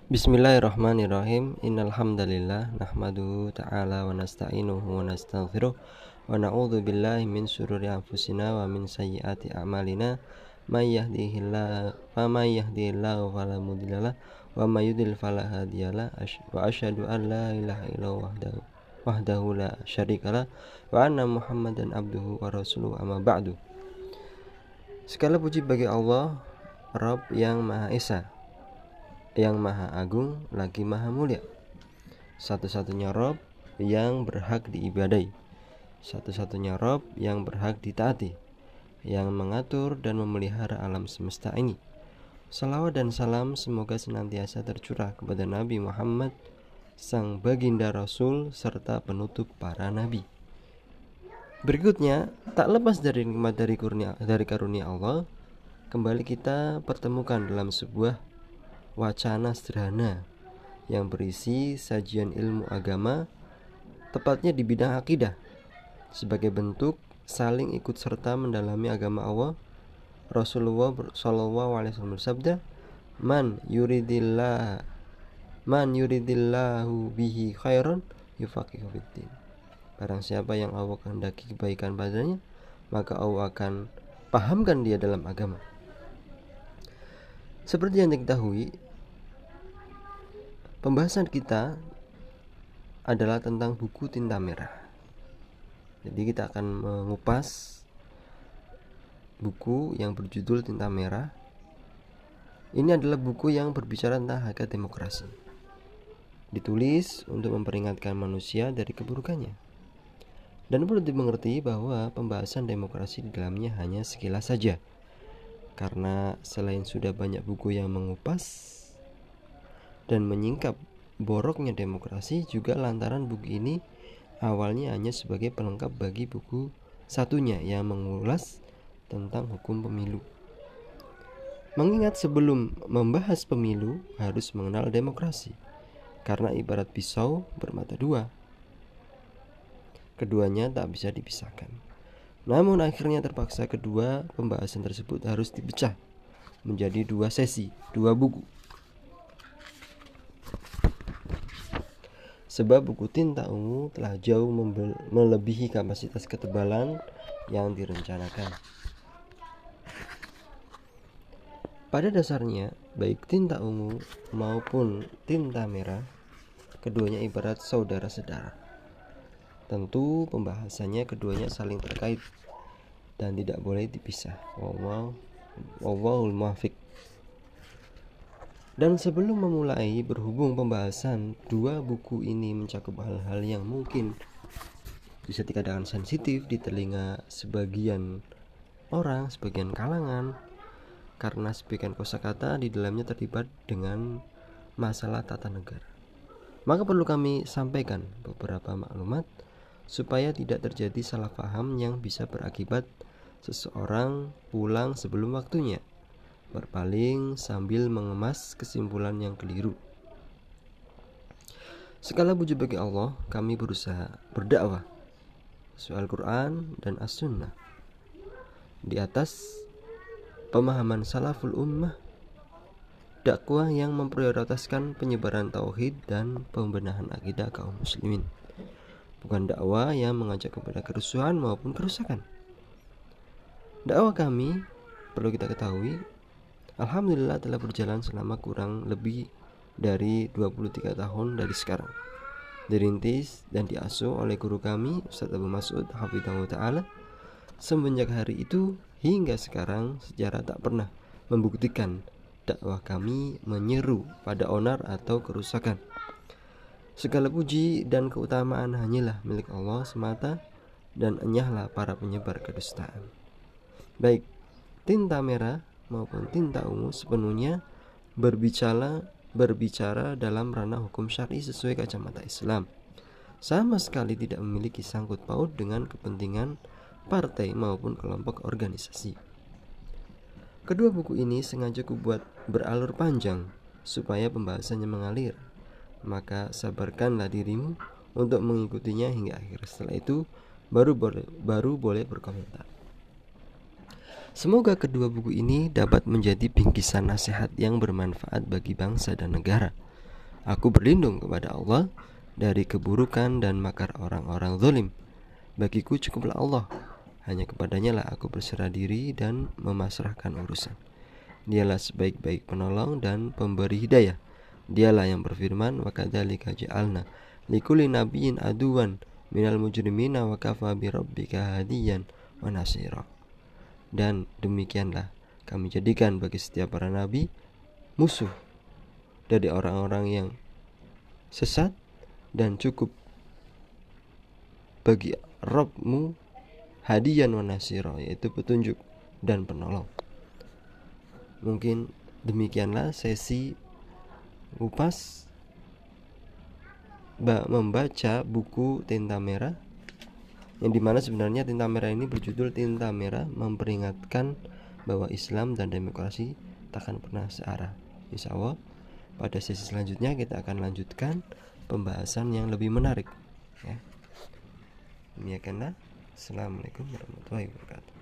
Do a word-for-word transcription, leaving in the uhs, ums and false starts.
Bismillahirrahmanirrahim. Innal hamdalillah nahmaduhu ta'ala wa nasta'inuhu wa nastaghfiruh wa na'udzu billahi min syururi anfusina wa min sayyiati a'malina. May yahdihillahu fa may yahdihillahu fala mudhillalah wa may yudlil fala hadiyalah. Wa asyhadu an la ilaha illallah wahdahu wahdahu la syarikalah wa anna Muhammadan abduhu wa rasuluhu, amma ba'du. Segala puji bagi Allah, Rabb yang Maha Esa, yang Maha Agung lagi Maha Mulia, satu-satunya Rabb yang berhak diibadai, satu-satunya Rabb yang berhak ditaati, yang mengatur dan memelihara alam semesta ini. Salawat dan salam semoga senantiasa tercurah kepada Nabi Muhammad, sang baginda Rasul serta penutup para nabi. Berikutnya, tak lepas dari nikmat dari karunia, dari karunia Allah, kembali kita pertemukan dalam sebuah wacana sederhana yang berisi sajian ilmu agama, tepatnya di bidang akidah. Sebagai bentuk saling ikut serta mendalami agama Allah, Rasulullah shallallahu alaihi wasallam bersabda, "Man yuridillah man yuridillahu bihi khairan yufaqihu fiddin." Barang siapa yang Allah kehendaki kebaikan padanya, maka Allah akan pahamkan dia dalam agama. Seperti yang diketahui, pembahasan kita adalah tentang buku tinta merah. Jadi kita akan mengupas buku yang berjudul Tinta Merah. Ini adalah buku yang berbicara tentang hakikat demokrasi. Ditulis untuk memperingatkan manusia dari keburukannya. Dan perlu dimengerti bahwa pembahasan demokrasi di dalamnya hanya sekilas saja. Karena selain sudah banyak buku yang mengupas dan menyingkap boroknya demokrasi, juga lantaran buku ini awalnya hanya sebagai pelengkap bagi buku satunya yang mengulas tentang hukum pemilu. Mengingat sebelum membahas pemilu harus mengenal demokrasi, karena ibarat pisau bermata dua, keduanya tak bisa dipisahkan. Namun akhirnya terpaksa kedua pembahasan tersebut harus dipecah menjadi dua sesi, dua buku. Sebab buku tinta ungu telah jauh melebihi kapasitas ketebalan yang direncanakan. Pada dasarnya, baik tinta ungu maupun tinta merah, keduanya ibarat saudara-saudara. Tentu pembahasannya keduanya saling terkait dan tidak boleh dipisah. Wallahul muwaffiq. Dan sebelum memulai, berhubung pembahasan dua buku ini mencakup hal-hal yang mungkin bisa dikatakan sensitif di telinga sebagian orang, sebagian kalangan, karena sebagian kosakata di dalamnya terlibat dengan masalah tata negara, maka perlu kami sampaikan beberapa maklumat supaya tidak terjadi salah paham yang bisa berakibat seseorang pulang sebelum waktunya, berpaling sambil mengemas kesimpulan yang keliru. Segala puji bagi Allah, kami berusaha berdakwah sesuai Al-Quran dan As-Sunnah di atas pemahaman salaful ummah, dakwah yang memprioritaskan penyebaran tauhid dan pembenahan akidah kaum muslimin, bukan dakwah yang mengajak kepada kerusuhan maupun kerusakan. Dakwah kami, perlu kita ketahui, alhamdulillah telah berjalan selama kurang lebih dari dua puluh tiga tahun dari sekarang. Dirintis dan diasuh oleh guru kami, Ustaz Abu Mas'ud hafidhahu ta'ala. Semenjak hari itu hingga sekarang, sejarah tak pernah membuktikan dakwah kami menyeru pada onar atau kerusakan. Segala puji dan keutamaan hanyalah milik Allah semata, dan enyahlah para penyebar kedustaan. Baik tinta merah maupun tinta ungu sepenuhnya berbicara berbicara dalam ranah hukum syar'i sesuai kacamata Islam, sama sekali tidak memiliki sangkut paut dengan kepentingan partai maupun kelompok organisasi. Kedua buku ini sengaja kubuat beralur panjang supaya pembahasannya mengalir. Maka sabarkanlah dirimu untuk mengikutinya hingga akhir. Setelah itu baru boleh, baru boleh berkomentar. Semoga kedua buku ini dapat menjadi bingkisan nasihat yang bermanfaat bagi bangsa dan negara. Aku berlindung kepada Allah dari keburukan dan makar orang-orang zalim. Bagiku cukuplah Allah, hanya kepadanya lah aku berserah diri dan memasrahkan urusan. Dialah sebaik-baik penolong dan pemberi hidayah. Dialah yang berfirman, wa kadzalika ja'alna likulli nabiyyin aduwan minal mujrimina wa kafa bi rabbika hadiyan wa nasira. Dan demikianlah kami jadikan bagi setiap para nabi musuh dari orang-orang yang sesat, dan cukup bagi Rabbmu hadiyan wa nasira, yaitu petunjuk dan penolong. Mungkin demikianlah sesi kupas membaca buku Tinta Merah, yang dimana sebenarnya Tinta Merah ini berjudul Tinta Merah Memperingatkan bahwa Islam dan Demokrasi takkan pernah searah. Insya Allah pada sesi selanjutnya kita akan lanjutkan pembahasan yang lebih menarik ya. Demikianlah. Assalamualaikum warahmatullahi wabarakatuh.